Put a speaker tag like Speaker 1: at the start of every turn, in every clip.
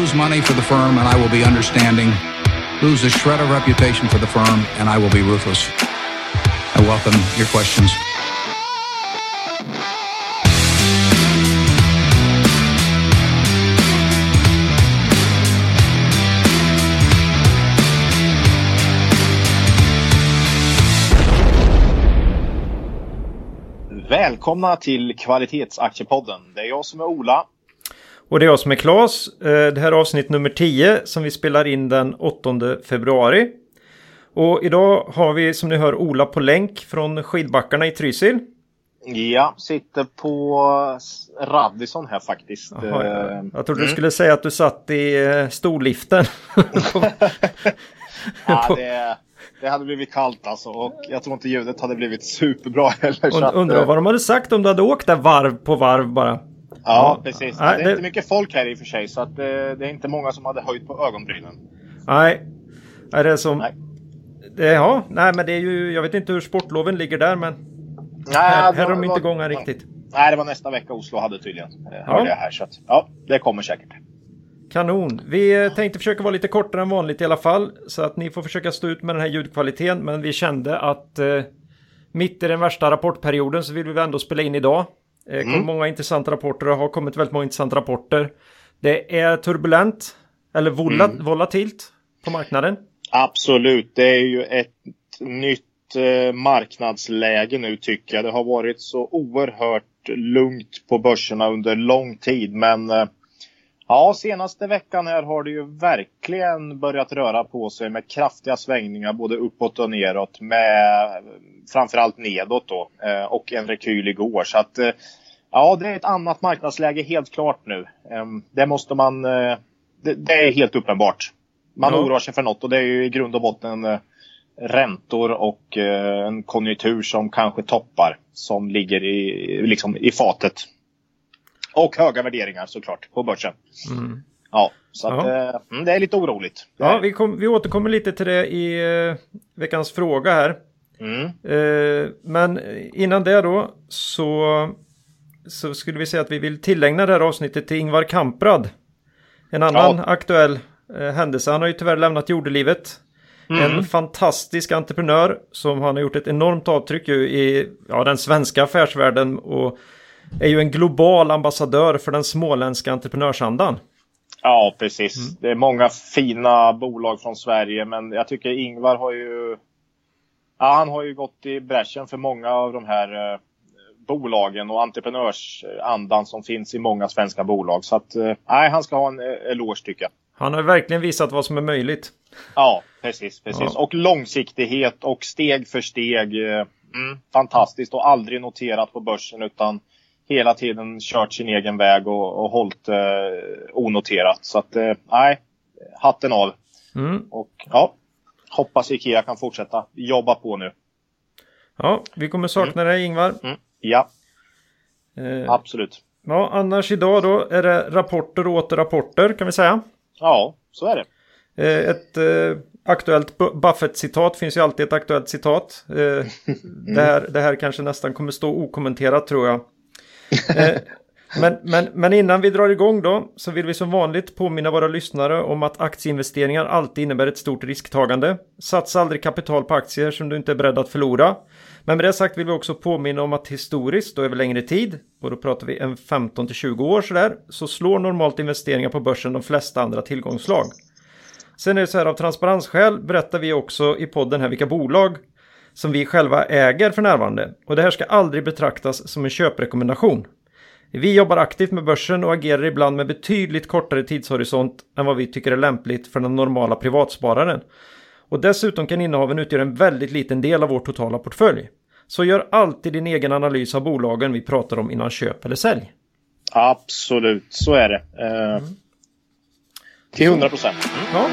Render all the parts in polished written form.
Speaker 1: lose money for the firm and I will be understanding. Lose a shred of reputation for the firm and I will be ruthless. I welcome your questions.
Speaker 2: Välkomna till Kvalitetsaktiepodden. Det är jag som är Ola.
Speaker 3: Och det är jag som är Claes. Det här är avsnitt nummer 10 som vi spelar in den 8 februari. Och idag har vi som ni hör Ola på länk från skidbackarna i Trysil.
Speaker 2: Ja, sitter på Radisson här faktiskt.
Speaker 3: Aha, ja. Jag trodde du skulle säga att du satt i storliften.
Speaker 2: Ja, det hade blivit kallt alltså, och jag tror inte ljudet hade blivit superbra heller.
Speaker 3: Undrar vad de hade sagt om du hade åkt där varv på varv bara.
Speaker 2: Ja, precis. Det är inte mycket folk här i och för sig, så att det är inte många som hade höjt på ögonbrynen.
Speaker 3: Nej, är det som...
Speaker 2: Nej.
Speaker 3: Men det är ju... Jag vet inte hur sportloven ligger där, men...
Speaker 2: Nej,
Speaker 3: här är de inte igång här riktigt.
Speaker 2: Nej, det var nästa vecka Oslo hade tydligen. Hörde jag här, så att, ja, det kommer säkert.
Speaker 3: Kanon. Vi tänkte försöka vara lite kortare än vanligt i alla fall, så att ni får försöka stå ut med den här ljudkvaliteten, men vi kände att mitt i den värsta rapportperioden så vill vi ändå spela in idag. Kom många intressanta rapporter och har kommit väldigt många intressanta rapporter. Det är turbulent eller volatilt på marknaden.
Speaker 2: Absolut, det är ju ett nytt marknadsläge nu tycker jag. Det har varit så oerhört lugnt på börserna under lång tid, men ja, senaste veckan här har det ju verkligen börjat röra på sig med kraftiga svängningar både uppåt och neråt, med framförallt nedåt då, och en rekyl igår. Så att ja, det är ett annat marknadsläge helt klart nu. Det måste man, det är helt uppenbart. Man oroar sig för något, och det är ju i grund och botten räntor och en konjunktur som kanske toppar, som ligger i fatet. Och höga värderingar såklart på börsen. Ja, så att, det är lite oroligt.
Speaker 3: Ja, vi återkommer lite till det i veckans fråga här. Men innan det då så skulle vi säga att vi vill tillägna det här avsnittet till Ingvar Kamprad. En annan aktuell händelse. Han har ju tyvärr lämnat jordelivet. En fantastisk entreprenör som han har gjort ett enormt avtryck i den svenska affärsvärlden, och är ju en global ambassadör för den småländska entreprenörsandan.
Speaker 2: Ja, precis. Det är många fina bolag från Sverige, men jag tycker Ingvar har ju... Ja, han har ju gått i bräschen för många av de här bolagen och entreprenörsandan som finns i många svenska bolag. Så att, han ska ha en eloge tycker jag.
Speaker 3: Han har verkligen visat vad som är möjligt.
Speaker 2: Ja, precis. Ja. Och långsiktighet och steg för steg. Fantastiskt, och aldrig noterat på börsen utan hela tiden kört sin egen väg och hållit onoterat. Så att, hatten av. Och ja, hoppas Ikea kan fortsätta jobba på nu.
Speaker 3: Ja, vi kommer sakna dig Ingvar.
Speaker 2: Ja, absolut.
Speaker 3: Ja, annars idag då är det rapporter och åter rapporter kan vi säga.
Speaker 2: Ja, så är det.
Speaker 3: Ett aktuellt Buffett-citat, finns ju alltid ett aktuellt citat. Det här kanske nästan kommer stå okommenterat tror jag. Men innan vi drar igång då så vill vi som vanligt påminna våra lyssnare om att aktieinvesteringar alltid innebär ett stort risktagande. Satsa aldrig kapital på aktier som du inte är beredd att förlora. Men med det sagt vill vi också påminna om att historiskt, då över längre tid, och då pratar vi en 15-20 år sådär, så slår normalt investeringar på börsen de flesta andra tillgångsslag. Sen är det så här, av transparensskäl berättar vi också i podden här vilka bolag som vi själva äger för närvarande. Och det här ska aldrig betraktas som en köprekommendation. Vi jobbar aktivt med börsen och agerar ibland med betydligt kortare tidshorisont än vad vi tycker är lämpligt för den normala privatspararen. Och dessutom kan innehaven utgöra en väldigt liten del av vår totala portfölj. Så gör alltid din egen analys av bolagen vi pratar om innan köp eller sälj.
Speaker 2: Absolut, så är det. Till 100%.
Speaker 3: Ja.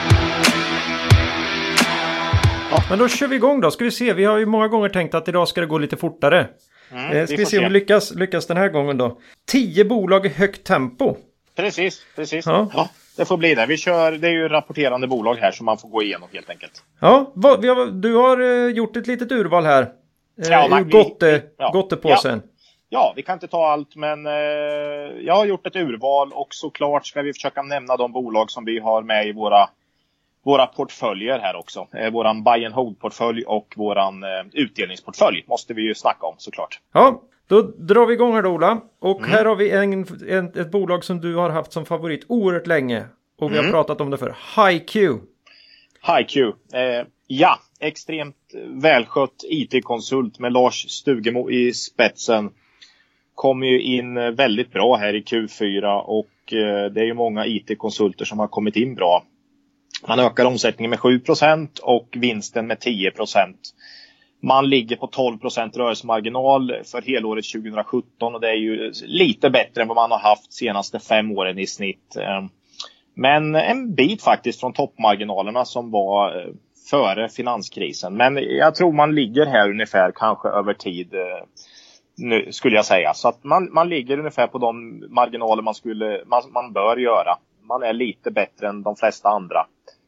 Speaker 3: Men då kör vi igång då. Ska vi se, vi har ju många gånger tänkt att idag ska det gå lite fortare. Ska vi se om vi lyckas den här gången då. 10 bolag i högt tempo.
Speaker 2: Precis. Ja, det får bli det. Det är ju rapporterande bolag här som man får gå igenom helt enkelt.
Speaker 3: Ja, du har gjort ett litet urval här. Gottepåsen.
Speaker 2: Ja, vi kan inte ta allt, men jag har gjort ett urval och såklart ska vi försöka nämna de bolag som vi har med i våra portföljer här också. Våran buy and hold-portfölj och våran utdelningsportfölj måste vi ju snacka om såklart.
Speaker 3: Ja, då drar vi igång här då, Ola. Och här har vi ett bolag som du har haft som favorit oerhört länge. Och vi har pratat om det för HiQ.
Speaker 2: HiQ. Ja, extremt välskött IT-konsult med Lars Stugemo i spetsen. Kom ju in väldigt bra här i Q4 och det är ju många IT-konsulter som har kommit in bra. Man ökar omsättningen med 7% och vinsten med 10%. Man ligger på 12% rörelsemarginal för helåret 2017 och det är ju lite bättre än vad man har haft senaste 5 åren i snitt. Men en bit faktiskt från toppmarginalerna som var före finanskrisen. Men jag tror man ligger här ungefär kanske över tid nu skulle jag säga. Så att man ligger ungefär på de marginaler man bör göra. Man är lite bättre än de flesta andra.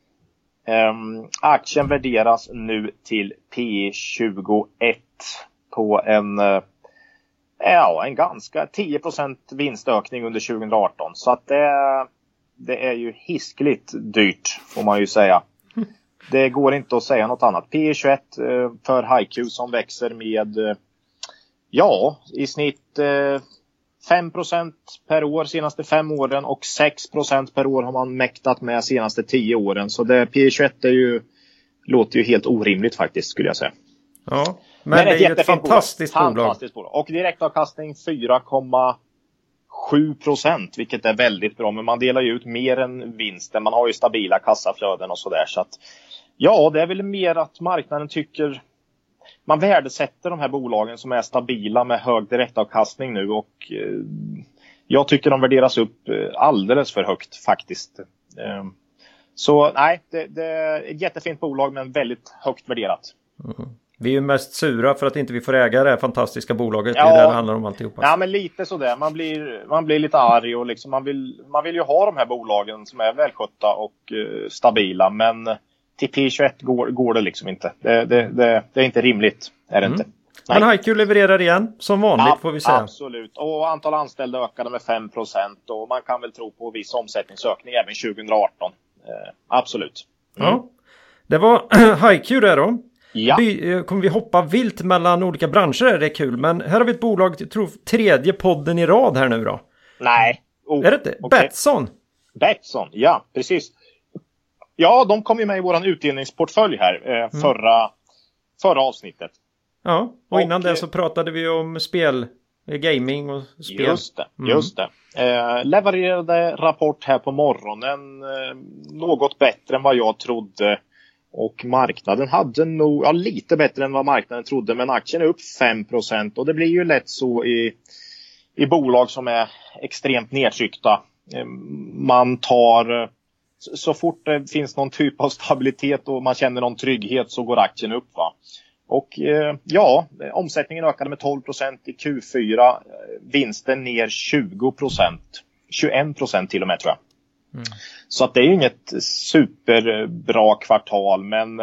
Speaker 2: Aktien värderas nu till P21 på en ganska 10% vinstökning under 2018. Så att det är ju hiskligt dyrt får man ju säga. Det går inte att säga något annat. P21 för HiQ som växer med i snitt 5% per år senaste 5 åren och 6% per år har man mäktat med senaste 10 åren. Så det P21 låter ju helt orimligt faktiskt skulle jag säga.
Speaker 3: Ja, men det är ju ett fantastiskt bolag.
Speaker 2: Och direktavkastning 4,7%, vilket är väldigt bra. Men man delar ju ut mer än vinsten. Man har ju stabila kassaflöden och sådär. Så att, det är väl mer att marknaden tycker... Man värdesätter de här bolagen som är stabila med hög direktavkastning nu. Och jag tycker de värderas upp alldeles för högt faktiskt. Så nej, det är ett jättefint bolag men väldigt högt värderat.
Speaker 3: Vi är ju mest sura för att inte vi får äga det här fantastiska bolaget. Det är det handlar om alltihopa.
Speaker 2: Ja, men lite sådär. Man blir lite arg och liksom man vill ju ha de här bolagen som är välskötta och stabila. Men till P21 går det liksom inte. Det är inte rimligt. Är det inte. Nej.
Speaker 3: Men HiQ levererar igen, som vanligt får vi säga.
Speaker 2: Absolut. Och antal anställda ökade med 5%. Och man kan väl tro på viss omsättningsökning även 2018. Absolut.
Speaker 3: Ja, det var HiQ där då.
Speaker 2: Ja.
Speaker 3: Kommer vi hoppa vilt mellan olika branscher, det är kul. Men här har vi ett bolag, jag tror 3:e podden i rad här nu då.
Speaker 2: Nej.
Speaker 3: Är det inte? Okay.
Speaker 2: Betsson, ja precis. Ja, de kom ju med i våran utdelningsportfölj här förra avsnittet.
Speaker 3: Ja, och innan det så pratade vi om spel, gaming och spel.
Speaker 2: Just det. Levererade rapport här på morgonen, något bättre än vad jag trodde. Och marknaden hade nog lite bättre än vad marknaden trodde. Men aktien är upp 5%. Och det blir ju lätt så i bolag som är extremt nedtryckta. Man tar... Så fort det finns någon typ av stabilitet och man känner någon trygghet så går aktien upp va. Och omsättningen ökade med 12% i Q4. Vinsten ner 20%. 21% till och med tror jag. Så att det är ju inget superbra kvartal. Men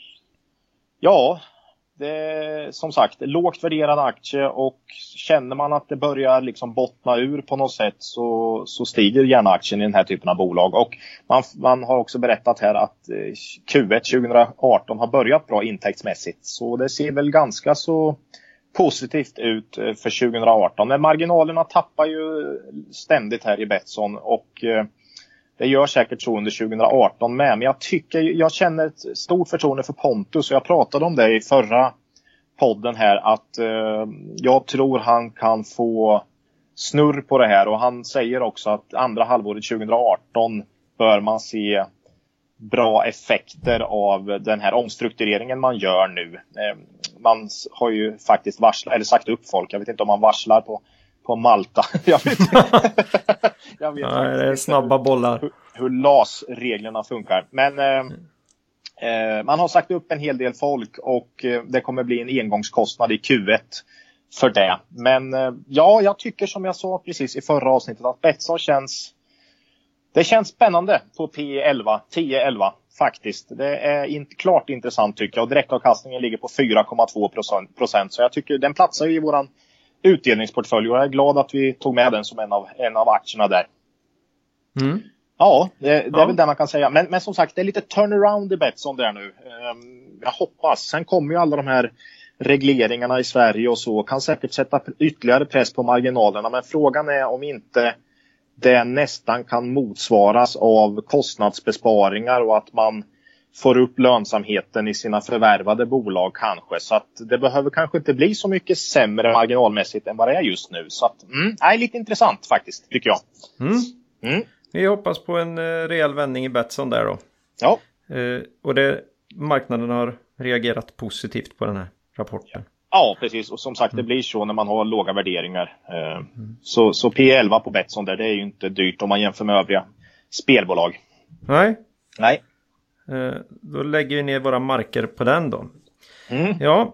Speaker 2: det är som sagt lågt värderad aktie. Och känner man att det börjar liksom bottna ur på något sätt så stiger gärna aktien i den här typen av bolag. Och man har också berättat här att Q1 2018 har börjat bra intäktsmässigt. Så det ser väl ganska så positivt ut för 2018. Men marginalerna tappar ju ständigt här i Betsson och... Det gör säkert så under 2018 med. Men jag känner ett stort förtroende för Pontus. Och jag pratade om det i förra podden här. Att jag tror han kan få snurr på det här. Och han säger också att andra halvåret 2018 bör man se bra effekter av den här omstruktureringen man gör nu. Man har ju faktiskt sagt upp folk. Jag vet inte om man varslar på Malta. Jag vet
Speaker 3: det är snabba bollar.
Speaker 2: Hur LAS-reglerna funkar. Men man har sagt upp en hel del folk och det kommer bli en engångskostnad i Q1 för det. Men jag tycker som jag sa precis i förra avsnittet att Betsson känns spännande på P11, 10-11 faktiskt. Det är klart intressant tycker jag. Och direktavkastningen ligger på 4,2%. Så jag tycker den platsar ju i våran utdelningsportfölj. Och jag är glad att vi tog med den som en av aktierna där.
Speaker 3: Mm.
Speaker 2: Ja, det är väl det man kan säga. Men som sagt, det är lite turnaround i Betsson där nu. Jag hoppas. Sen kommer ju alla de här regleringarna i Sverige och så. Kan säkert sätta ytterligare press på marginalerna. Men frågan är om inte det nästan kan motsvaras av kostnadsbesparingar och att man får upp lönsamheten i sina förvärvade bolag kanske. Så att det behöver kanske inte bli så mycket sämre marginalmässigt än vad det är just nu. Så att, det är lite intressant faktiskt, tycker jag.
Speaker 3: Vi hoppas på en rejäl vändning i Betsson där då.
Speaker 2: Ja.
Speaker 3: Och marknaden har reagerat positivt på den här rapporten.
Speaker 2: Ja, precis. Och som sagt, det blir så när man har låga värderingar. Så P11 på Betsson där, det är ju inte dyrt om man jämför med övriga spelbolag. Nej.
Speaker 3: Då lägger vi ner våra marker på den då. Ja,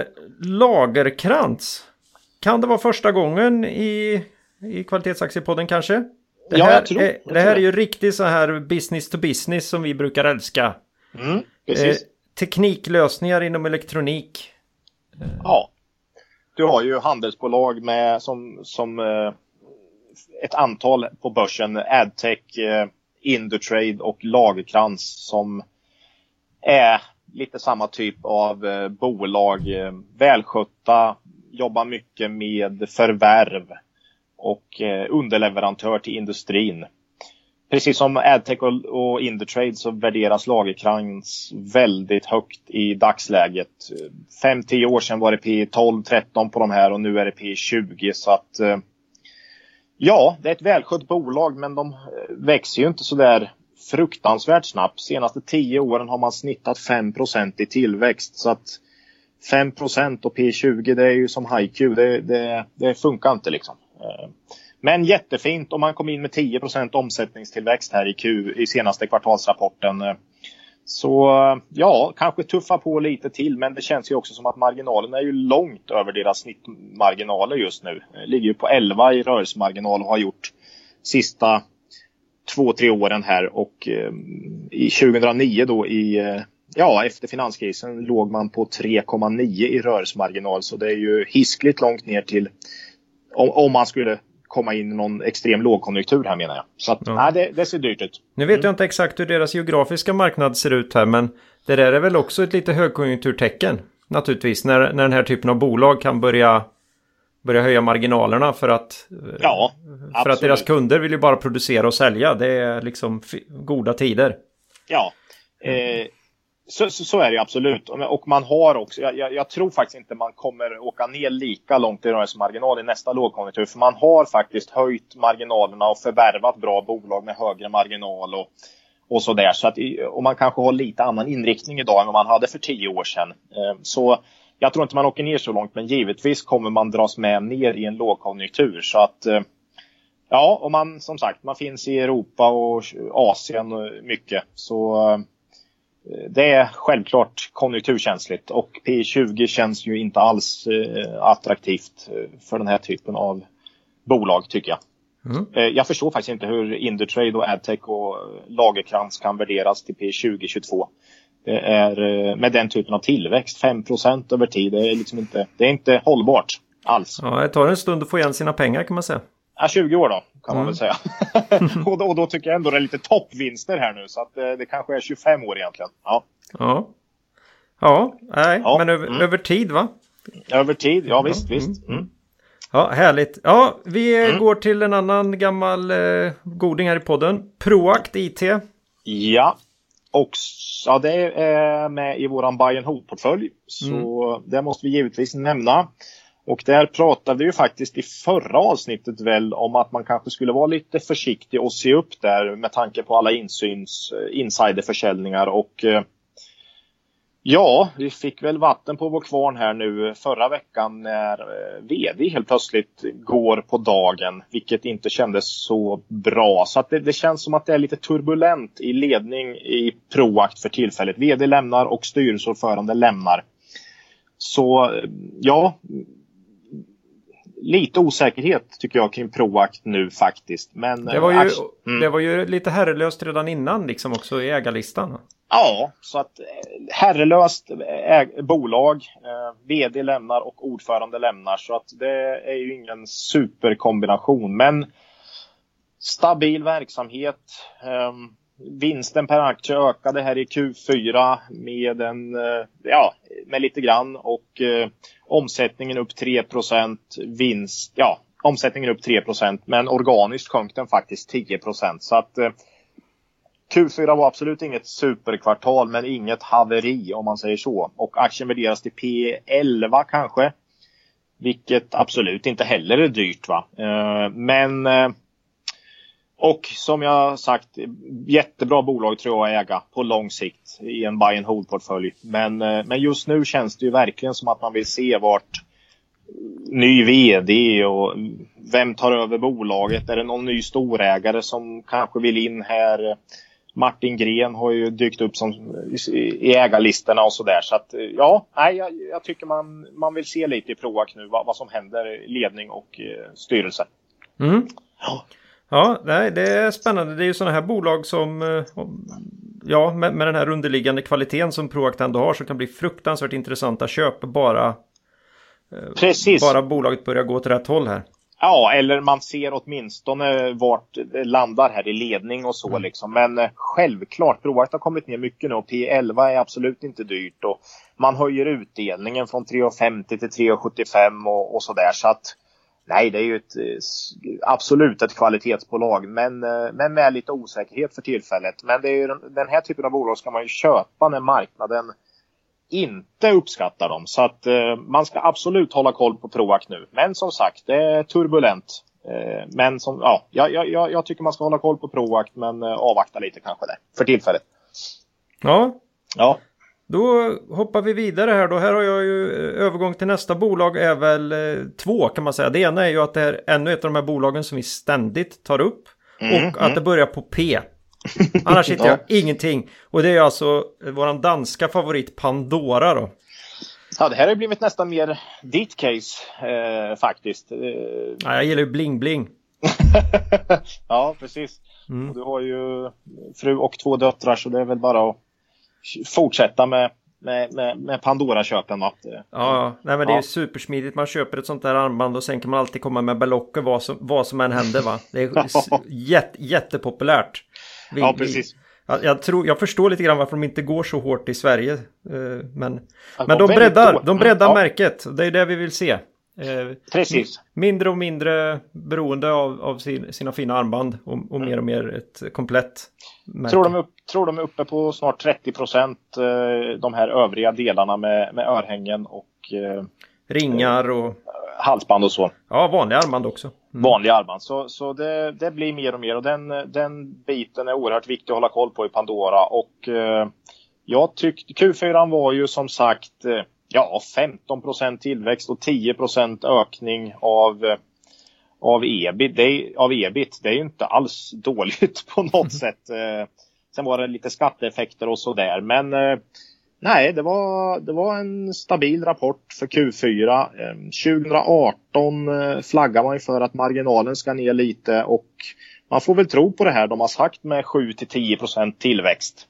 Speaker 3: Lagercrantz. Kan det vara första gången i Kvalitetsaktiepodden kanske? Det här är ju riktigt så här business to business som vi brukar älska.
Speaker 2: Precis.
Speaker 3: Tekniklösningar inom elektronik.
Speaker 2: Ja. Du har ju handelsbolag med som ett antal på börsen. Adtech, Indutrade och Lagercrantz som är lite samma typ av bolag. Välskötta, jobbar mycket med förvärv och underleverantör till industrin. Precis som Adtech och Indutrade så värderas Lagercrantz väldigt högt i dagsläget. 5-10 år sedan var det P12-13 på de här och nu är det P20. Så att ja, det är ett välskött bolag men de växer ju inte så där fruktansvärt snabbt. Senaste 10 åren har man snittat 5% i tillväxt. Så att 5% och P20 det är ju som HiQ. Det funkar inte liksom. Men jättefint om man kom in med 10% omsättningstillväxt här i senaste kvartalsrapporten. Så ja, kanske tuffa på lite till, men det känns ju också som att marginalen är ju långt över deras snittmarginaler just nu. Ligger ju på 11 i rörelsemarginal och har gjort sista 2-3 åren här och i 2009 då efter finanskrisen låg man på 3,9 i rörelsemarginal, så det är ju hiskligt långt ner till om man skulle komma in i någon extrem lågkonjunktur här menar jag. Så att, det ser dyrt ut.
Speaker 3: Nu vet jag inte exakt hur deras geografiska marknad ser ut här, men det där är väl också ett lite högkonjunkturtecken naturligtvis när den här typen av bolag kan börja höja marginalerna för att deras kunder vill ju bara producera och sälja. Det är liksom goda tider.
Speaker 2: Ja, så är det absolut. Och man har också, jag tror faktiskt inte man kommer åka ner lika långt i rörelsemarginal i nästa lågkonjunktur. För man har faktiskt höjt marginalerna och förvärvat bra bolag med högre marginal och sådär. Så att, och man kanske har lite annan inriktning idag än vad man hade för 10 år sedan. Så jag tror inte man åker ner så långt, men givetvis kommer man dras med ner i en lågkonjunktur. Så att ja, och man som sagt, man finns i Europa och Asien mycket. Så det är självklart konjunkturkänsligt och P20 känns ju inte alls attraktivt för den här typen av bolag tycker jag. Jag förstår faktiskt inte hur Indutrade och Adtech och Lagercrantz kan värderas till P20-22. Det är med den typen av tillväxt 5% över tid. Det är liksom inte hållbart alls.
Speaker 3: Ja, det tar en stund att få igen sina pengar kan man säga.
Speaker 2: Ja, 20 år då kan man väl säga. och då tycker jag ändå det är lite toppvinster här nu. Så att det kanske är 25 år egentligen.
Speaker 3: Men över tid va?
Speaker 2: Över tid, ja visst.
Speaker 3: Ja, härligt. Ja, vi går till en annan gammal goding här i podden. Proact IT.
Speaker 2: Ja, och det är med i våran buy and hold-portfölj. Så det måste vi givetvis nämna. Och där pratade vi ju faktiskt i förra avsnittet väl om att man kanske skulle vara lite försiktig och se upp där med tanke på alla insiderförsäljningar. Och ja, vi fick väl vatten på vår kvarn här nu förra veckan när vd helt plötsligt går på dagen, vilket inte kändes så bra. Så att det känns som att det är lite turbulent i ledning i Proact för tillfället. Vd lämnar och styrelseordförande lämnar. Så ja, lite osäkerhet tycker jag kring Proact nu faktiskt. Men
Speaker 3: det var ju lite herrelöst redan innan liksom också i ägarlistan.
Speaker 2: Ja, så att herrelöst bolag, vd lämnar och ordförande lämnar, så att det är ju ingen superkombination, men stabil verksamhet. Vinsten per aktie ökade här i Q4 med lite grann, och omsättningen upp 3%, omsättningen upp 3%, men organiskt sjönk den faktiskt 10%, så att Q4 var absolut inget superkvartal, men inget haveri om man säger så. Och aktien värderas till P11 kanske, vilket absolut inte heller är dyrt, va. Och som jag sagt, jättebra bolag tror jag äga på lång sikt i en buy and hold portfölj. Men just nu känns det ju verkligen som att man vill se vart ny vd och vem tar över bolaget. Är det någon ny storägare som kanske vill in här? Martin Gren har ju dykt upp i ägarlistorna och sådär. Så att jag tycker man vill se lite i Proact nu vad som händer i ledning och styrelse.
Speaker 3: Mm. Ja, nej, det är spännande. Det är ju sådana här bolag som med den här underliggande kvaliteten som Proact ändå har, så kan bli fruktansvärt intressanta köp bara bolaget börjar gå till rätt håll här.
Speaker 2: Ja, eller man ser åtminstone vart det landar här i ledning och så liksom. Men självklart, Proact har kommit ner mycket nu och P11 är absolut inte dyrt. Och man höjer utdelningen från 3,50 till 3,75 och sådär. Så att nej, det är ju absolut ett kvalitetsbolag, men med lite osäkerhet för tillfället. Men det är ju den här typen av bolag ska man ju köpa när marknaden inte uppskattar dem. Så att man ska absolut hålla koll på Proact nu. Men som sagt, det är turbulent. Men jag tycker man ska hålla koll på Proact, men avvakta lite kanske det för tillfället. Ja.
Speaker 3: Då hoppar vi vidare här då. Här har jag ju övergång till nästa bolag är väl 2 kan man säga. Det ena är ju att det är ännu ett av de här bolagen som vi ständigt tar upp. Och att det börjar på P. Annars hittar jag ingenting. Och det är alltså våran danska favorit Pandora då.
Speaker 2: Ja, det här har blivit nästan mer ditt case faktiskt.
Speaker 3: Ja, jag gillar ju bling bling.
Speaker 2: Ja, precis. Och du har ju fru och 2 döttrar, så det är väl bara att fortsätta med Pandora-köpen.
Speaker 3: Ja, nej, men det är supersmidigt. Man köper ett sånt där armband och sen kan man alltid komma med ballocker vad som än händer, va? Det är jättepopulärt.
Speaker 2: Ja, precis.
Speaker 3: Jag förstår lite grann varför de inte går så hårt i Sverige. Men de breddar märket. Det är det vi vill se.
Speaker 2: Precis.
Speaker 3: Mindre och mindre beroende av sina fina armband och mer ett komplett märke.
Speaker 2: Tror de är uppe på snart 30%, de här övriga delarna med örhängen och
Speaker 3: ringar och
Speaker 2: halsband och så.
Speaker 3: Ja, vanliga armband också.
Speaker 2: Vanliga armband. Så det blir mer och mer, och den biten är oerhört viktig att hålla koll på i Pandora. Och jag tyckte Q4 var ju som sagt 15% tillväxt och 10% ökning av EBIT. Det är ju inte alls dåligt på något sätt. Sen var det lite skatteeffekter och sådär. Men nej, det var en stabil rapport för Q4. 2018 flaggar man för att marginalen ska ner lite, och man får väl tro på det här de har sagt med 7-10% tillväxt.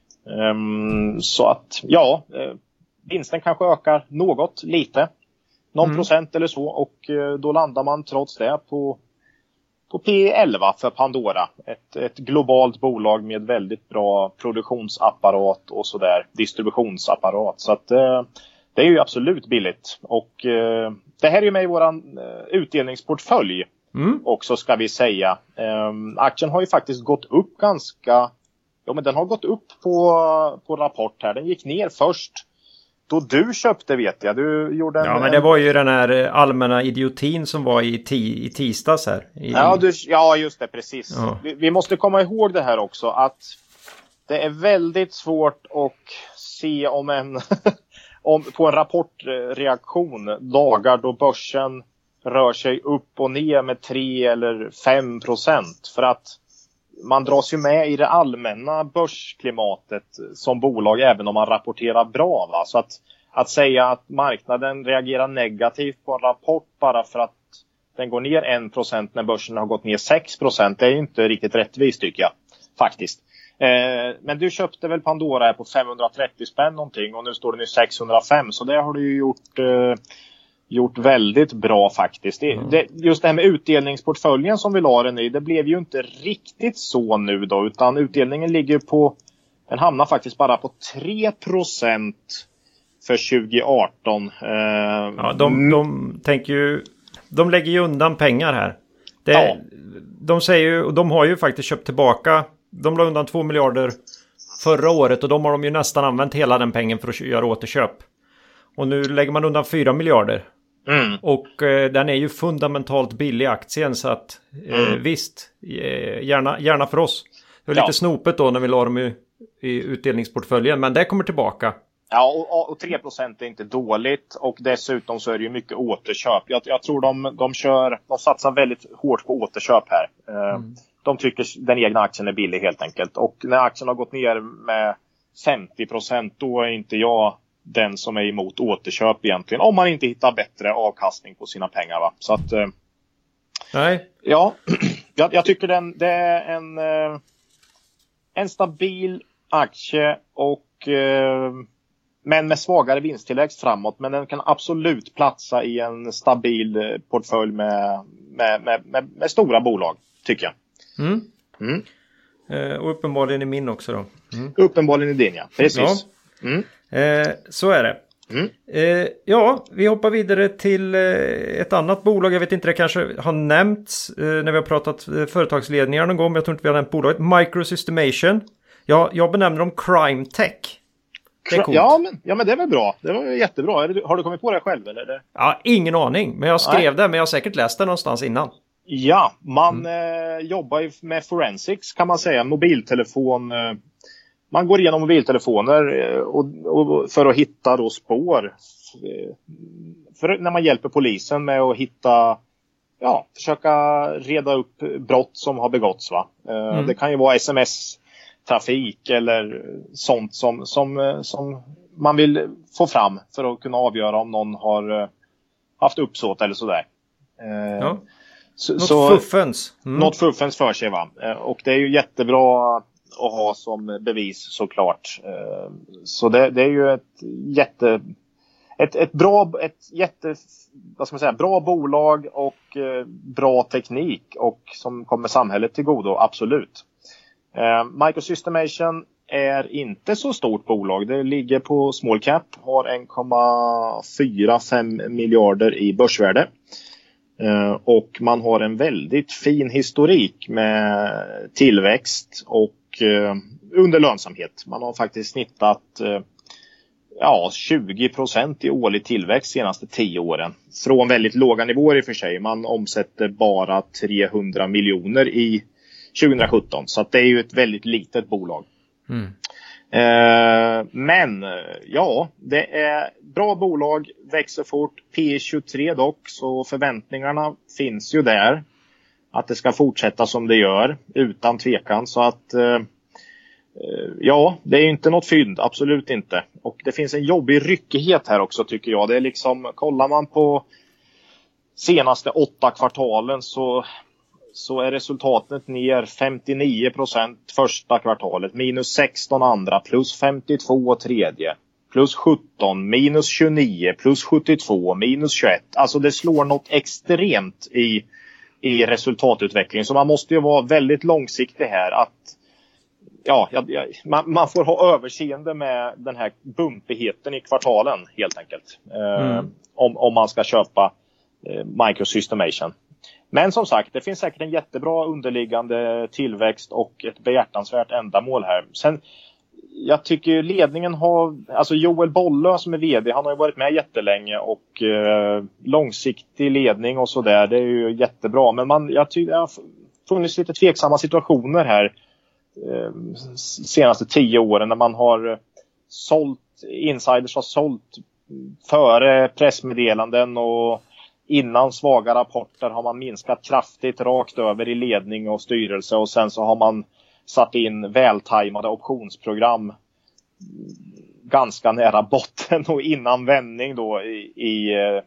Speaker 2: Så att vinsten kanske ökar något lite. Någon procent eller så, och då landar man trots det på P11 för Pandora. Ett globalt bolag med väldigt bra produktionsapparat och sådär, distributionsapparat. Så att det är ju absolut billigt. Och det här är ju med i våran utdelningsportfölj också, ska vi säga. Aktien har ju faktiskt gått upp den har gått upp på rapport här. Den gick ner först då du köpte, vet jag. Du gjorde
Speaker 3: men det var ju den här allmänna idiotin som var i tisdags här.
Speaker 2: Ja, just det, precis. Ja. Vi måste komma ihåg det här också, att det är väldigt svårt att se på en rapportreaktion dagar då börsen rör sig upp och ner med 3 eller 5%. För att man dras ju med i det allmänna börsklimatet som bolag, även om man rapporterar bra, va? Så att säga att marknaden reagerar negativt på en rapport bara för att Den går ner 1% när börsen har gått ner 6%. Det är ju inte riktigt rättvist tycker jag faktiskt. Men du köpte väl Pandora här på 530 spänn någonting och nu står den i 605, så det har du ju gjort väldigt bra faktiskt. Just det här med utdelningsportföljen som vi la den i, det blev ju inte riktigt så nu då, utan utdelningen ligger på, den hamnar faktiskt bara på 3% för 2018.
Speaker 3: Ja, de tänker ju, de lägger ju undan pengar här. De säger ju, och de har ju faktiskt köpt tillbaka, de la undan 2 miljarder förra året och de har de ju nästan använt hela den pengen för att göra återköp. Och nu lägger man undan 4 miljarder. Och den är ju fundamentalt billig aktien, så att visst, gärna för oss. Det var lite snopet då när vi la dem i utdelningsportföljen, men det kommer tillbaka.
Speaker 2: Ja, och 3% är inte dåligt, och dessutom så är det ju mycket återköp. Jag tror de satsar väldigt hårt på återköp här. De tycker den egna aktien är billig helt enkelt. Och när aktien har gått ner med 50%, då är inte jag den som är emot återköp egentligen. Om man inte hittar bättre avkastning på sina pengar, va? Så att...
Speaker 3: Nej.
Speaker 2: Ja, jag tycker det är en stabil aktie och... men med svagare vinsttillväxt framåt. Men den kan absolut platsa i en stabil portfölj med stora bolag, tycker jag.
Speaker 3: Och uppenbarligen i min också då.
Speaker 2: Uppenbarligen i din, ja. Precis.
Speaker 3: Ja. Så är det. Ja, vi hoppar vidare till ett annat bolag. Jag vet inte, det kanske har nämnts när vi har pratat företagsledningar någon gång. Men jag tror inte vi har nämnt bolaget. Microsystemation. Jag benämner dem Crime Tech. Det är coolt.
Speaker 2: Ja, men det var bra. Det var jättebra. Har du kommit på det själv eller?
Speaker 3: Ja, ingen aning. Men jag skrev det, men jag har säkert läst det någonstans innan.
Speaker 2: Ja, man jobbar ju med forensics kan man säga. Mobiltelefon. Man går igenom mobiltelefoner och för att hitta då spår. För när man hjälper polisen med att hitta, försöka reda upp brott som har begåtts, va. Det kan ju vara sms-trafik eller sånt som man vill få fram för att kunna avgöra om någon har haft uppsåt eller sådär.
Speaker 3: Något fuffens.
Speaker 2: Något fuffens för sig, va. Och det är ju jättebra att ha som bevis, såklart. Så det är ju ett bra bolag och bra teknik och som kommer samhället till godo, absolut. Microsystemation är inte så stort bolag. Det ligger på small cap, har 1,45 miljarder i börsvärde. Och man har en väldigt fin historik med tillväxt och under lönsamhet. Man har faktiskt snittat 20% i årlig tillväxt senaste 10 åren. Från väldigt låga nivåer i och för sig. Man omsätter bara 300 miljoner i 2017. Så att det är ju ett väldigt litet bolag. Men det är bra bolag, växer fort, P23 dock, så förväntningarna finns ju där att det ska fortsätta som det gör, utan tvekan. Så att det är inte något fynd, absolut inte. Och det finns en jobbig ryckighet här också, tycker jag. Det är liksom, kollar man på senaste 8 kvartalen så är resultatet ner 59% första kvartalet, minus 16 andra, plus 52 tredje, plus 17, minus 29, plus 72, minus 21. Alltså det slår något extremt i resultatutvecklingen. Så man måste ju vara väldigt långsiktig här. Att man får ha överseende med den här bumpigheten i kvartalen helt enkelt. Om man ska köpa Microsystemation. Men som sagt, det finns säkert en jättebra underliggande tillväxt och ett behjärtansvärt ändamål här. Sen, jag tycker ledningen har, alltså Joel Bollö som är vd, han har ju varit med jättelänge och långsiktig ledning och sådär, det är ju jättebra. Men jag tycker det har funnits lite tveksamma situationer här senaste 10 åren när man har insiders har sålt före pressmeddelanden och innan svaga rapporter har man minskat kraftigt rakt över i ledning och styrelse, och sen så har man satt in vältajmade optionsprogram ganska nära botten och innan vändning då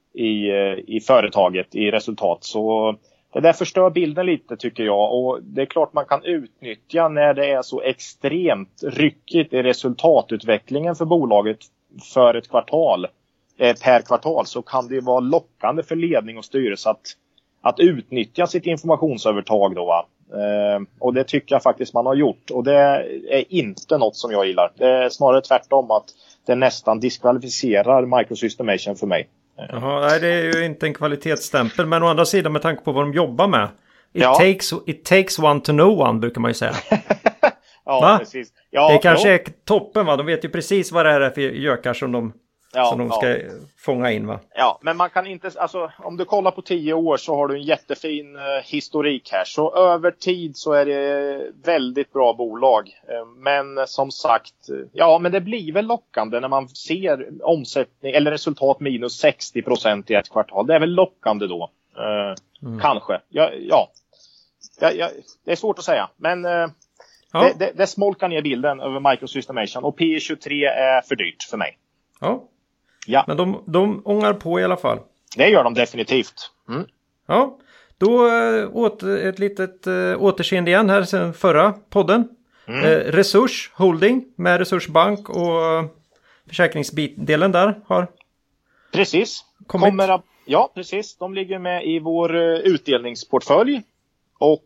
Speaker 2: i företaget, i resultat. Så det där förstör bilden lite tycker jag. Och det är klart man kan utnyttja när det är så extremt ryckigt i resultatutvecklingen för bolaget för ett kvartal. Per kvartal så kan det vara lockande för ledning och styrelse att utnyttja sitt informationsövertag då, va? Och det tycker jag faktiskt man har gjort. Och det är inte något som jag gillar. Det är snarare tvärtom att det nästan diskvalificerar Microsystemation för mig.
Speaker 3: Jaha, nej, det är ju inte en kvalitetsstämpel. Men å andra sidan med tanke på vad de jobbar med. It takes one to know one, brukar man ju säga.
Speaker 2: Ja, precis. Ja,
Speaker 3: det kanske är toppen, va? De vet ju precis vad det här är för gökar som de ska fånga in, va? Ja, men man kan inte, alltså om du kollar på 10 år så har du en jättefin historik här. Så över tid så är det väldigt bra bolag. Men som sagt, men det blir väl lockande när man ser omsättning eller resultat minus 60% i ett kvartal. Det är väl lockande då. Kanske. Det är svårt att säga. Men det smolkar ner bilden över Microsystemation. Och P23 är för dyrt för mig. Ja. Men de ångar på i alla fall. Det gör de definitivt. Ja, då ett litet återseende igen här sen förra podden. Resurs Holding med Resursbank och försäkringsdelen där har precis kommit. Precis. De ligger med i vår utdelningsportfölj. Och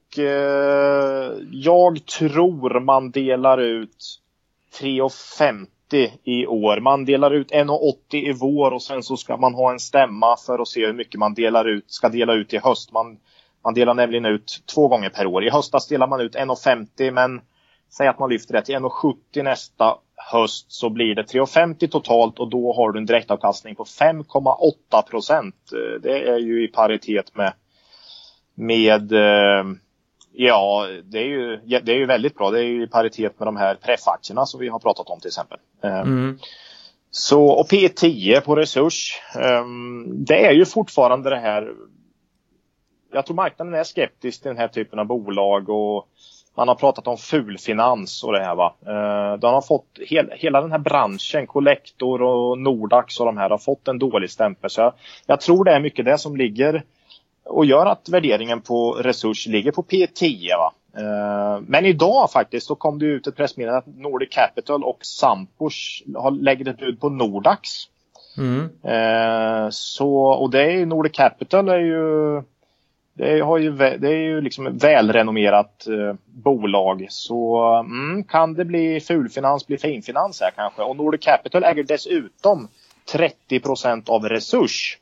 Speaker 3: jag tror man delar ut 3,50 i år. Man delar ut 1,80 i vår och sen så ska man ha en stämma för att se hur mycket man ska dela ut i höst. Man delar nämligen ut 2 gånger per år. I höstas delar man ut 1,50, men säg att man lyfter det till 1,70 nästa höst så blir det 3,50 totalt och då har du en direktavkastning på 5,8%. Det är ju i paritet med det är ju väldigt bra. Det är ju i paritet med de här preffaktierna som vi har pratat om till exempel. Så, och P10 på Resurs, det är ju fortfarande det här. Jag tror marknaden är skeptisk till den här typen av bolag och man har pratat om fulfinans och det här, va. De har fått hela den här branschen, Collector och Nordax och de här har fått en dålig stämpel. Så jag tror det är mycket det som ligger och gör att värderingen på Resurs ligger på P10, va. Men idag faktiskt så kom det ut ett pressmeddelande att Nordic Capital och Sampors har lägger ett bud på Nordax. Och det är ju Nordic Capital det är ju liksom ett välrenommerat bolag. Så kan det bli fulfinans, bli finfinans här kanske. Och Nordic Capital äger dessutom 30% av Resurs.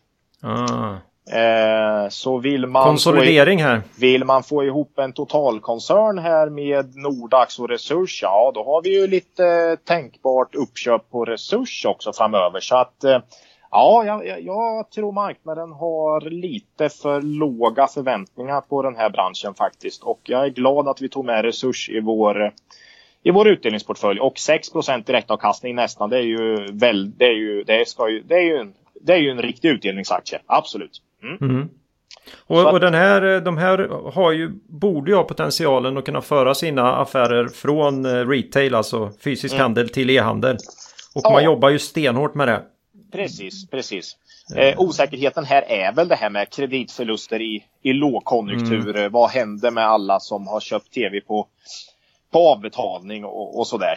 Speaker 3: Så vill man konsolidering här. Vill man få ihop en totalkoncern här med Nordax och Resurs, då har vi ju lite tänkbart uppköp på Resurs också framöver. Så att jag tror marknaden har lite för låga förväntningar på den här branschen faktiskt. Och jag är glad att vi tog med Resurs i vår utdelningsportfölj. Och 6% direktavkastning nästan, det är ju en riktig utdelningsaktie, absolut. Och de här borde ju ha potentialen att kunna föra sina affärer från retail, alltså fysisk handel, till e-handel. Och man jobbar ju stenhårt med det. Precis. Osäkerheten här är väl det här med kreditförluster i lågkonjunktur. Vad händer med alla som har köpt tv på avbetalning och sådär.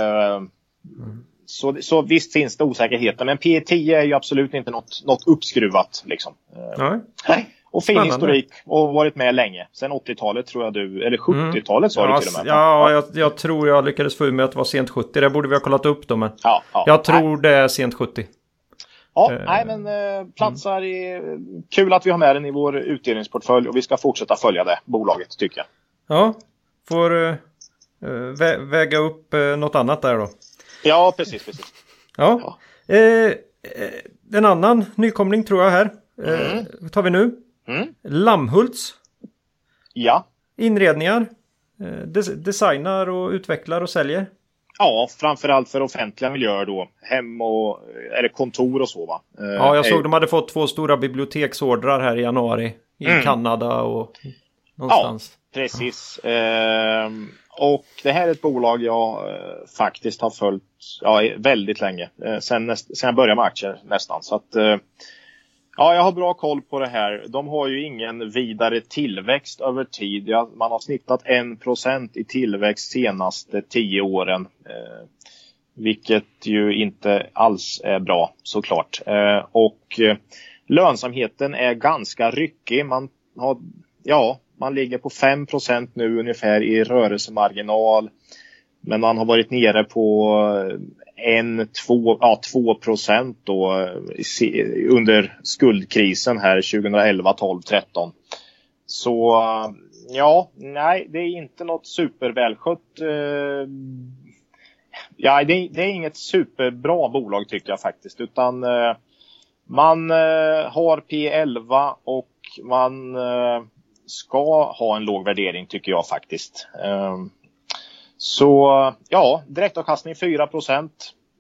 Speaker 3: Så visst finns det osäkerheter, men P10 är ju absolut inte något uppskruvat liksom. Nej. Och fin historik och varit med länge. Sen 80-talet tror jag eller 70-talet sa du till och med. Ja, jag tror jag lyckades få med att det var sent 70. Det borde vi ha kollat upp då, men jag tror det är sent 70. Platsar i kul att vi har med den i vår utdelningsportfölj och vi ska fortsätta följa det bolaget, tycker jag. Ja, får väga upp något annat där då. Ja, precis. Ja. En annan nykomling tror jag här. Vad tar vi nu? Lammhults. Ja. Inredningar. Designar och utvecklar och säljer. Ja, framförallt för offentliga miljöer då. Hem eller kontor och så, va. Jag såg de hade fått 2 stora biblioteksordrar här i januari. I Kanada och någonstans. Ja, precis. Och det här är ett bolag jag faktiskt har följt väldigt länge. Sen jag började med aktier nästan. Så att
Speaker 2: Ja, jag har bra koll på det här. De har ju ingen vidare tillväxt över tid. Man har snittat 1% i tillväxt senaste 10 åren. Vilket ju inte alls är bra, såklart. Och lönsamheten är ganska ryckig. Man ligger på 5% nu ungefär i rörelsemarginal. Men man har varit nere på 2% då under skuldkrisen här 2011, 12, 13. Så nej, det är inte något supervälskött. Det är inget superbra bolag tycker jag faktiskt. Utan man har P11 och man ska ha en låg värdering tycker jag faktiskt. Så direktavkastning 4%.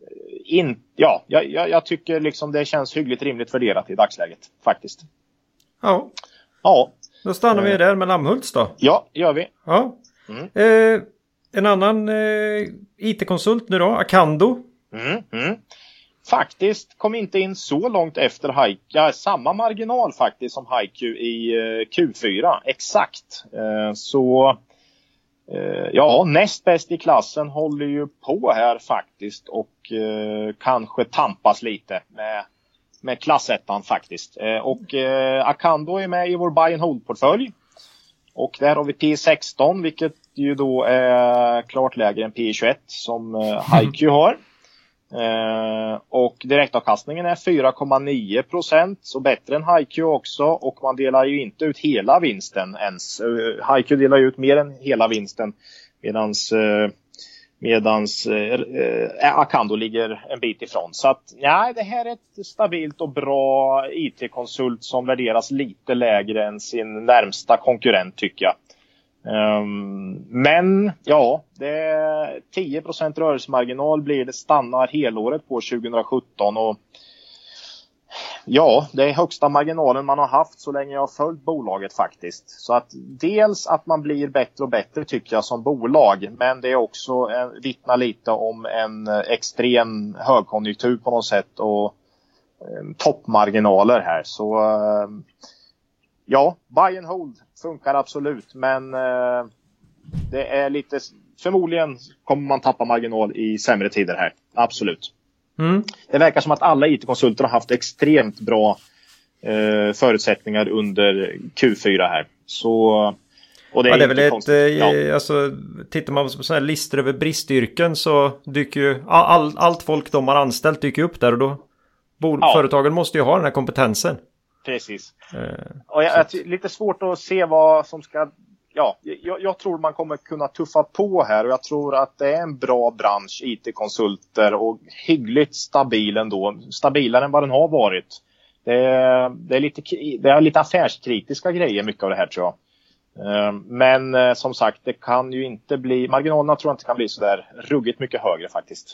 Speaker 2: Jag tycker liksom det känns hyggligt rimligt värderat i dagsläget faktiskt.
Speaker 3: Ja. Då stannar vi där med Lammhults då.
Speaker 2: Ja, gör vi.
Speaker 3: Ja. En annan IT-konsult nu då, Acando. Faktiskt kom inte in så långt efter Haiku. Samma marginal faktiskt som Haiku i Q4. Exakt. Näst bäst i klassen håller ju på här faktiskt och kanske tampas lite med klassettan faktiskt. Acando är med i vår buy and hold-portfölj. Och där har vi P16 vilket ju då är klart lägre än P21 som Haiku har. Och direktavkastningen är 4,9%, så bättre än Haiku också, och man delar ju inte ut hela vinsten ens. Haiku delar ut mer än hela vinsten medans Acando ligger en bit ifrån. Så att det här är ett stabilt och bra IT-konsult som värderas lite lägre än sin närmsta konkurrent tycker jag. Men det är 10% rörelsemarginal blir det, stannar helåret på 2017 och det är högsta marginalen man har haft så länge jag har följt bolaget faktiskt. Så att dels att man blir bättre och bättre tycker jag som bolag, men det är också vittnar lite om en extrem högkonjunktur på något sätt och toppmarginaler här. Så buy and hold funkar absolut, men det är lite, förmodligen kommer man tappa marginal i sämre tider här, absolut. Det verkar som att alla IT-konsulter har haft extremt bra förutsättningar under Q4 här. Så, och det är väl alltså, tittar man på sådana här listor över bristyrken så dyker ju allt folk de har anställt dyker upp där, och då företagen måste ju ha den här kompetensen.
Speaker 2: Precis. Och lite svårt att se vad som ska... Jag tror man kommer kunna tuffa på här, och jag tror att det är en bra bransch, IT-konsulter, och hyggligt stabil ändå. Stabilare än vad den har varit. Det är lite affärskritiska grejer, mycket av det här tror jag. Men som sagt, det kan ju inte bli... Marginalerna tror jag inte kan bli så där ruggigt mycket högre faktiskt.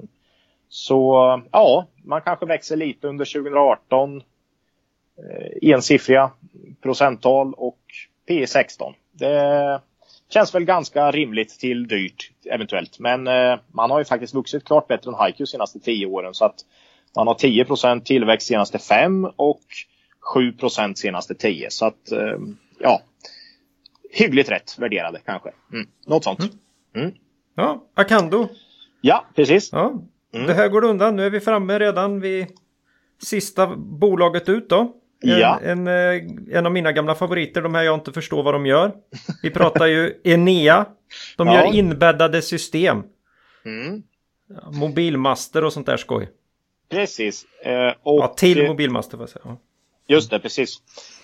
Speaker 2: Så man kanske växer lite under 2018. Ensiffriga procenttal och P16. Det känns väl ganska rimligt till dyrt eventuellt. Men man har ju faktiskt vuxit klart bättre än Haiku senaste 10 åren. Så att man har 10% tillväxt senaste 5 och 7% senaste 10. Så att hyggligt rätt värderade kanske. Något sånt.
Speaker 3: Ja, Acando.
Speaker 2: Ja, precis.
Speaker 3: Ja, det här går undan. Nu är vi framme redan vid sista bolaget ut då. En av mina gamla favoriter, de här jag inte förstår vad de gör. Vi pratar ju Enea. De gör inbäddade system. Mobilmaster och sånt där skoj.
Speaker 2: Precis.
Speaker 3: Till mobilmaster får jag säga.
Speaker 2: Just det, precis.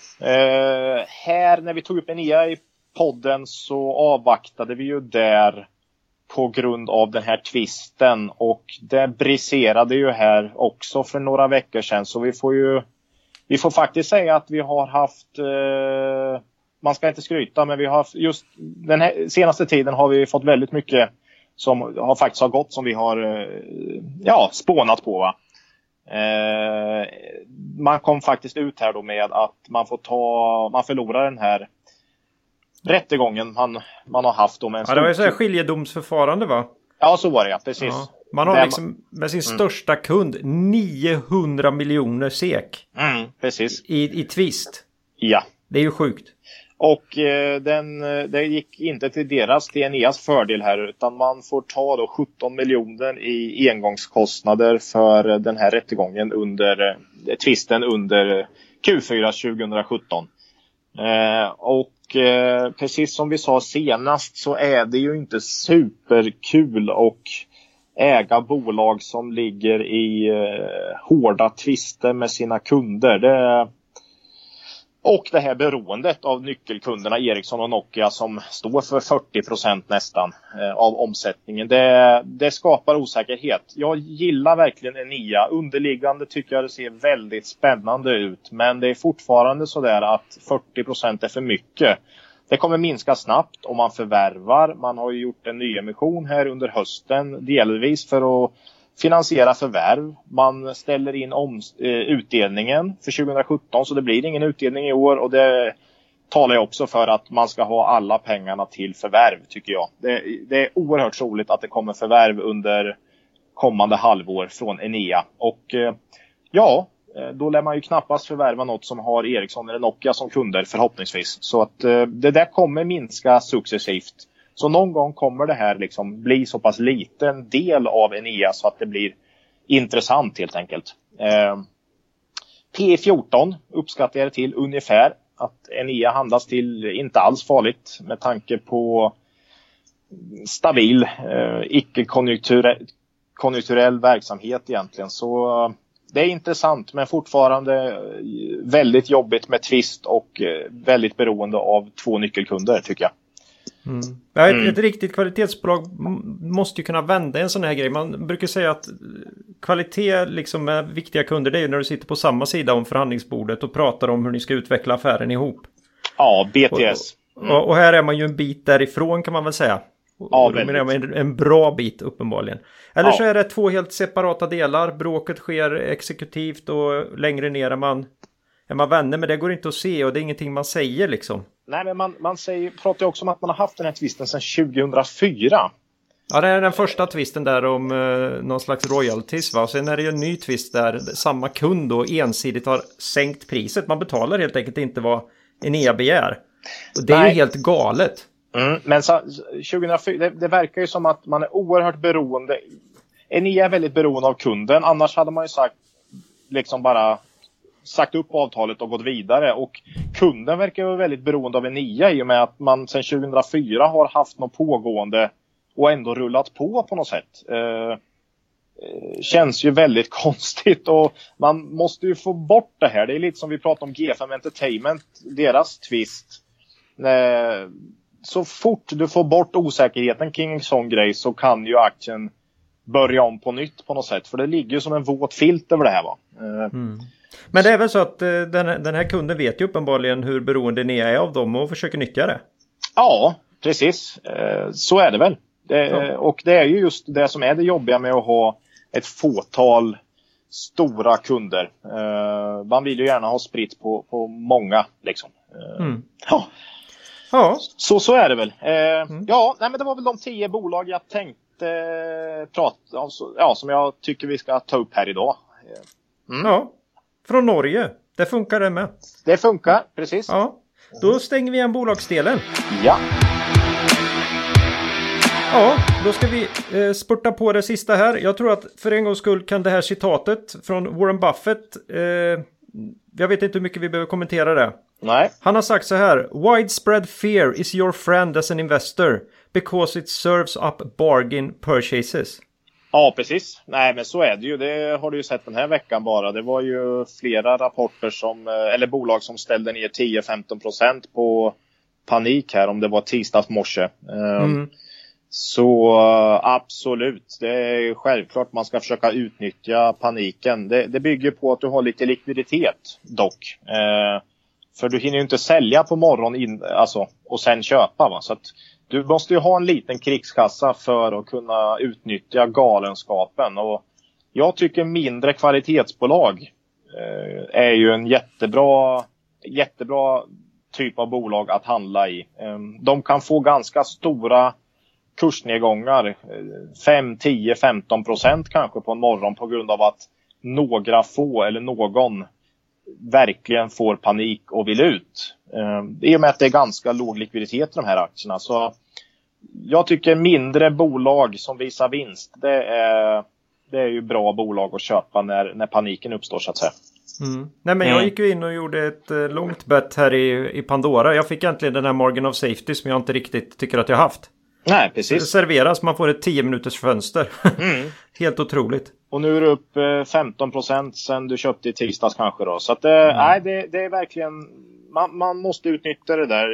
Speaker 2: Här när vi tog upp Enea i podden så avvaktade vi ju där på grund av den här twisten. Och det briserade ju här också för några veckor sedan. Så vi får faktiskt säga att vi har haft, man ska inte skryta, men vi har haft, just den här senaste tiden har vi fått väldigt mycket som har gått som vi har spånat på, va. Man kom faktiskt ut här då med att man förlorar den här rättegången man har haft då med en
Speaker 3: det var ju så här skiljedomsförfarande, va?
Speaker 2: Ja, så var det, ja, precis.
Speaker 3: Man har liksom med sin största kund 900 miljoner SEK
Speaker 2: precis.
Speaker 3: I twist.
Speaker 2: Ja.
Speaker 3: Det är ju sjukt.
Speaker 2: Och det gick inte till Eneas fördel här, utan man får ta då 17 miljoner i engångskostnader för den här rättegången under tvisten under Q4 2017. Precis som vi sa senast så är det ju inte superkul att äga bolag som ligger i hårda tvister med sina kunder. Och det här beroendet av nyckelkunderna Ericsson och Nokia som står för 40% nästan av omsättningen. Det skapar osäkerhet. Jag gillar verkligen Enea. Underliggande tycker jag det ser väldigt spännande ut. Men det är fortfarande så där att 40% är för mycket. Det kommer minska snabbt om man förvärvar. Man har ju gjort en nyemission här under hösten delvis för att finansiera förvärv. Man ställer in utdelningen för 2017 så det blir ingen utdelning i år, och det talar jag också för att man ska ha alla pengarna till förvärv, tycker jag. Det är oerhört troligt att det kommer förvärv under kommande halvår från Enea, och då lär man ju knappast förvärva något som har Ericsson eller Nokia som kunder förhoppningsvis. Så att det där kommer minska successivt. Så någon gång kommer det här liksom bli så pass liten del av Enea så att det blir intressant helt enkelt. P14 uppskattar jag till ungefär att Enea handlas till inte alls farligt med tanke på stabil icke-konjunkturell verksamhet egentligen. Så det är intressant, men fortfarande väldigt jobbigt med tvist och väldigt beroende av 2 nyckelkunder, tycker jag.
Speaker 3: Ett riktigt kvalitetsbolag måste ju kunna vända en sån här grej. Man brukar säga att kvalitet liksom med viktiga kunder, det är ju när du sitter på samma sida om förhandlingsbordet och pratar om hur ni ska utveckla affären ihop.
Speaker 2: Ja, BTS.
Speaker 3: Och här är man ju en bit därifrån, kan man väl säga. Ja, en bra bit uppenbarligen. Eller så är det 2 helt separata delar. Bråket sker exekutivt och längre ner är man vänner, men det går inte att se och det är ingenting man säger liksom.
Speaker 2: Nej, men man pratar ju också om att man har haft den här tvisten sedan 2004.
Speaker 3: Ja, det är den första tvisten där om någon slags royalties, va? Sen är det ju en ny tvist där samma kund då ensidigt har sänkt priset. Man betalar helt enkelt inte vad Enea begär. Och det är ju helt galet.
Speaker 2: Men 2004, det verkar ju som att man är oerhört beroende. Enea är väldigt beroende av kunden. Annars hade man ju sagt upp avtalet och gått vidare. Och kunden verkar vara väldigt beroende av Enea i och med att man sedan 2004 har haft något pågående och ändå rullat på något sätt. Känns ju väldigt konstigt, och man måste ju få bort det här. Det är lite som vi pratade om G5 Entertainment, deras twist. Så fort du får bort osäkerheten kring en sån grej så kan ju aktien börja om på nytt på något sätt. För det ligger ju som en våt filt över det här, va?
Speaker 3: Men det är väl så att den här kunden vet ju uppenbarligen hur beroende ni är av dem och försöker nyttja det.
Speaker 2: Ja, precis. Så är det väl. Och det är ju just det som är det jobbiga med att ha ett fåtal stora kunder. Man vill ju gärna ha spritt på många liksom. Ja. Så är det väl. Men det var väl de 10 bolag jag tänkte prata om, som jag tycker vi ska ta upp här idag.
Speaker 3: Ja, från Norge. Det funkar det med.
Speaker 2: Det funkar, precis.
Speaker 3: Ja, då stänger vi igen bolagsdelen.
Speaker 2: Ja.
Speaker 3: Ja, då ska vi spurta på det sista här. Jag tror att för en gångs skull kan det här citatet från Warren Buffett, jag vet inte hur mycket vi behöver kommentera det.
Speaker 2: Nej.
Speaker 3: Han har sagt så här: widespread fear is your friend as an investor because it serves up bargain purchases.
Speaker 2: Ja, precis. Nej, men så är det ju. Det har du ju sett den här veckan bara. Det var ju flera rapporter eller bolag som ställde ner 10-15% på panik här, om det var tisdags morse. Så absolut, det är självklart man ska försöka utnyttja paniken. Det bygger på att du har lite likviditet dock. För du hinner ju inte sälja på morgonen och sen köpa, va? Så att du måste ju ha en liten krigskassa för att kunna utnyttja galenskapen. Och jag tycker mindre kvalitetsbolag är ju en jättebra typ av bolag att handla i. De kan få ganska stora kursnedgångar 5, 10, 15% kanske på en morgon på grund av att några få eller någon verkligen får panik och vill ut. I och med att det är ganska låg likviditet i de här aktierna. Så jag tycker mindre bolag som visar vinst, det är ju bra bolag att köpa när paniken uppstår så att säga.
Speaker 3: Nej, men jag gick ju in och gjorde ett långt bet här i Pandora. Jag fick egentligen den här margin of safety som jag inte riktigt tycker att jag haft.
Speaker 2: Nej, precis.
Speaker 3: Det serveras, man får ett 10 minuters fönster. Helt otroligt.
Speaker 2: Och nu är det upp 15% sen du köpte i tisdags kanske då. Så att nej, det är verkligen, man måste utnyttja det där.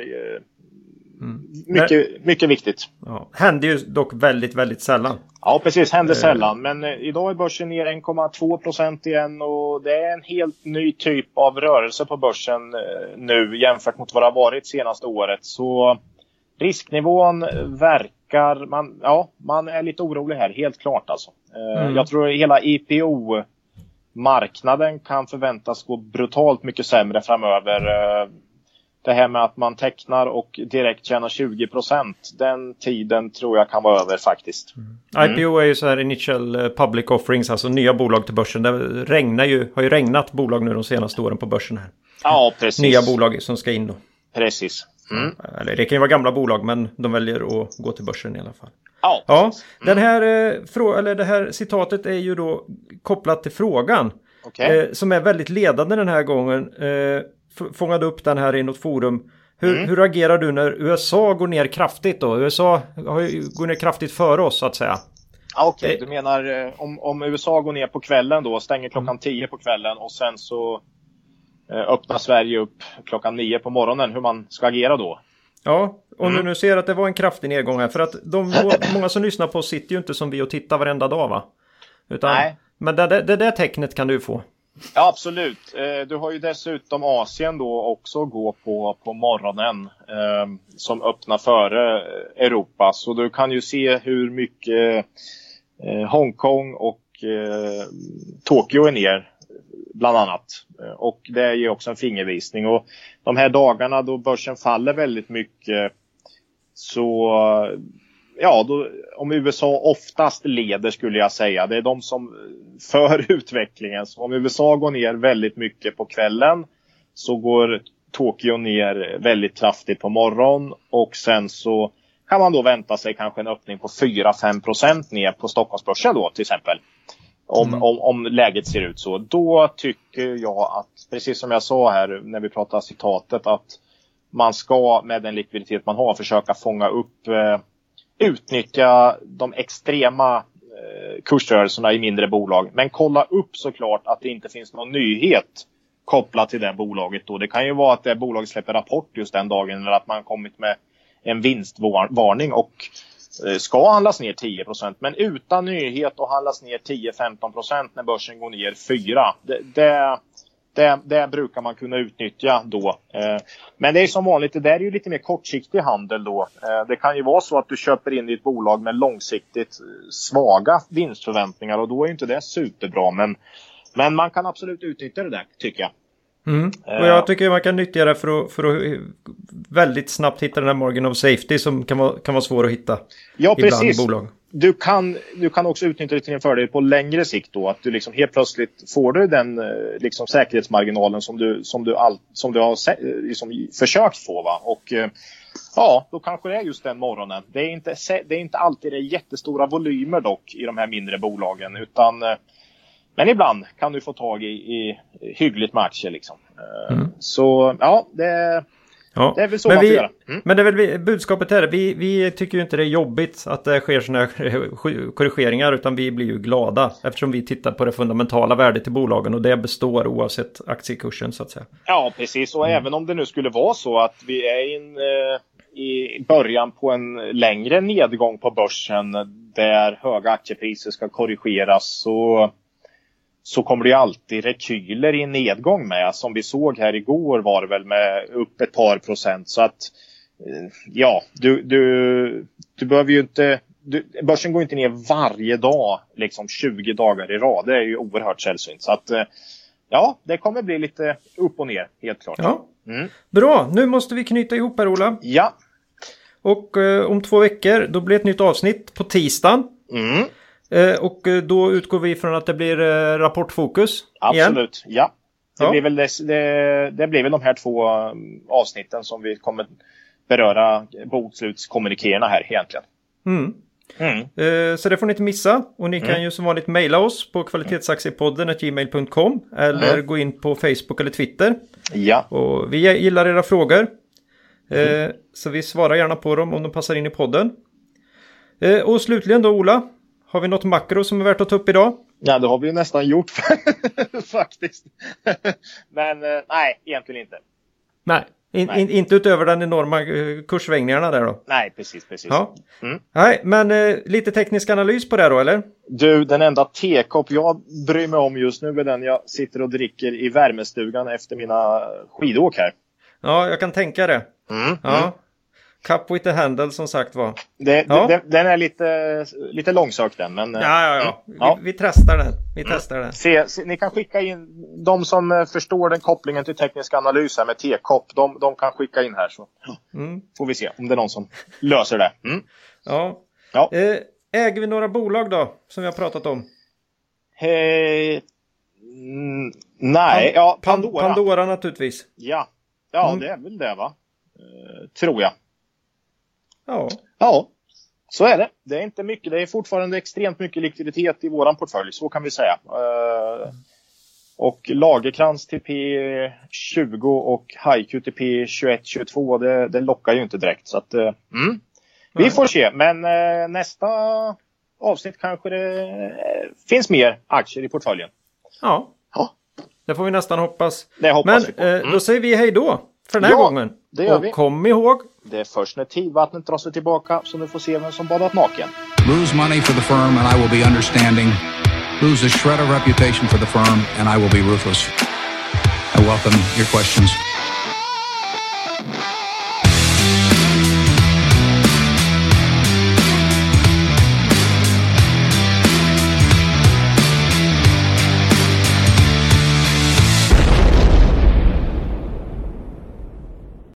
Speaker 2: Mycket viktigt.
Speaker 3: Ja. Händer ju dock väldigt, väldigt sällan.
Speaker 2: Ja, precis. Händer sällan. Men idag är börsen ner 1,2% igen. Och det är en helt ny typ av rörelse på börsen nu jämfört mot vad det har varit senaste året. Så risknivån verkar, man är lite orolig här, helt klart alltså. Jag tror hela IPO-marknaden kan förväntas gå brutalt mycket sämre framöver. Det här med att man tecknar och direkt tjänar 20%, den tiden tror jag kan vara över faktiskt.
Speaker 3: IPO är ju så här initial public offerings, alltså nya bolag till börsen. Det har ju regnat bolag nu de senaste åren på börsen här.
Speaker 2: Ja, precis.
Speaker 3: Nya bolag som ska in då.
Speaker 2: Precis.
Speaker 3: Eller det kan ju vara gamla bolag, men de väljer att gå till börsen i alla fall.
Speaker 2: Ja.
Speaker 3: Den här, det här citatet är ju då kopplat till frågan. Som är väldigt ledande den här gången. Fångade upp den här i något forum. Hur agerar du när USA går ner kraftigt då? USA går ner kraftigt före oss så att säga.
Speaker 2: Okej, du menar om USA går ner på kvällen då, stänger klockan 10 på kvällen och sen så öppnar Sverige upp klockan 9 på morgonen, hur man ska agera då?
Speaker 3: Ja, och nu ser att det var en kraftig nedgång här. För att många som lyssnar på oss sitter ju inte som vi och tittar varenda dag, va? Nej. Men det där tecknet kan du få.
Speaker 2: Ja, absolut. Du har ju dessutom Asien då också att gå på morgonen som öppnar före Europa. Så du kan ju se hur mycket Hongkong och Tokyo är ner bland annat. Och det är ju också en fingervisning. Och de här dagarna då börsen faller väldigt mycket, så om USA oftast leder skulle jag säga. Det är de som för utvecklingen. Så om USA går ner väldigt mycket på kvällen så går Tokyo ner väldigt kraftigt på morgon. Och sen så kan man då vänta sig kanske en öppning på 4-5% ner på Stockholmsbörsen då till exempel. Om läget ser ut så. Då tycker jag att, precis som jag sa här när vi pratade citatet, att man ska med den likviditet man har försöka fånga upp, utnyttja de extrema kursrörelserna i mindre bolag. Men kolla upp såklart att det inte finns någon nyhet kopplat till det bolaget då. Det kan ju vara att det bolaget släpper rapport just den dagen, eller att man kommit med en vinstvarning och ska handlas ner 10%. Men utan nyhet och handlas ner 10-15% när börsen går ner 4%. Det brukar man kunna utnyttja då. Men det är som vanligt, det där är ju lite mer kortsiktig handel då. Det kan ju vara så att du köper in i ett bolag med långsiktigt svaga vinstförväntningar, och då är ju inte det superbra. Men man kan absolut utnyttja det där, tycker jag.
Speaker 3: Och jag tycker man kan nyttja det för att väldigt snabbt hitta den här margin of safety som kan vara svår att hitta ibland i bolag.
Speaker 2: Du kan också utnyttja det till en fördel på längre sikt då, att du liksom helt plötsligt får du den liksom säkerhetsmarginalen som du har liksom försökt få, va? Och då kanske det är just den morgonen. Det är inte alltid det jättestora volymer dock i de här mindre bolagen, utan men ibland kan du få tag i hyggligt med aktier liksom. Så det är väl så man får göra.
Speaker 3: Men det är väl budskapet här. Vi tycker ju inte det är jobbigt att det sker såna här korrigeringar, utan vi blir ju glada eftersom vi tittar på det fundamentala värdet i bolagen, och det består oavsett aktiekursen så att säga. Ja,
Speaker 2: precis. Och även om det nu skulle vara så att vi är i början på en längre nedgång på börsen där höga aktiepriser ska korrigeras, så kommer det ju alltid rekyler i en nedgång med. Som vi såg här igår var det väl med upp ett par procent. Så att du behöver ju inte, börsen går inte ner varje dag liksom 20 dagar i rad. Det är ju oerhört sällsynt. Så att det kommer bli lite upp och ner, helt klart.
Speaker 3: Ja. Bra, nu måste vi knyta ihop här, Ola.
Speaker 2: Ja.
Speaker 3: Och om 2 veckor då blir ett nytt avsnitt på tisdagen. Och då utgår vi från att det blir rapportfokus.
Speaker 2: Absolut, igen.
Speaker 3: Ja.
Speaker 2: Det blir väl de här 2 avsnitten som vi kommer beröra bokslutskommunikerna här egentligen.
Speaker 3: Så det får ni inte missa. Och ni kan ju som vanligt mejla oss på kvalitetsaktiepodden@gmail.com eller gå in på Facebook eller Twitter.
Speaker 2: Ja.
Speaker 3: Och vi gillar era frågor. Så vi svarar gärna på dem om de passar in i podden. Och slutligen då, Ola, har vi något makro som är värt att ta upp idag?
Speaker 2: Ja, det har vi ju nästan gjort faktiskt. Men nej, egentligen inte.
Speaker 3: Nej. Inte utöver den enorma kurssvängningarna där då?
Speaker 2: Nej, precis.
Speaker 3: Ja. Nej, men lite teknisk analys på det då, eller?
Speaker 2: Du, den enda tekopp jag bryr mig om just nu är den jag sitter och dricker i värmestugan efter mina skidåk här.
Speaker 3: Ja, jag kan tänka det. Cup with the handle som sagt var.
Speaker 2: Den är lite långsökt den. Men,
Speaker 3: Vi testar den.
Speaker 2: Ni kan skicka in de som förstår den kopplingen till teknisk analys här med tekopp. De kan skicka in här så får vi se om det är någon som löser det.
Speaker 3: Ja. Äger vi några bolag då som vi har pratat om?
Speaker 2: Nej, Pandora.
Speaker 3: Pandora naturligtvis.
Speaker 2: Ja, det är väl det va? Tror jag. Ja, så är det. Det är inte mycket. Det är fortfarande extremt mycket likviditet i våran portfölj, så kan vi säga. Och Lagerkrans till P20 och Haiku till P21-22, det lockar ju inte direkt. Så att, vi får se. Men nästa avsnitt kanske det finns mer aktier i portföljen.
Speaker 3: Ja. Det får vi nästan hoppas.
Speaker 2: Det hoppas
Speaker 3: vi på. Då säger vi hej då för den här gången.
Speaker 2: Det gör vi.
Speaker 3: Och kom ihåg.
Speaker 2: Det är först när tidvattnet drar sig tillbaka som du får se vem som badat naken.
Speaker 1: Lose money for the firm and I will be understanding. Lose a shred of reputation for the firm and I will be ruthless. I welcome your questions.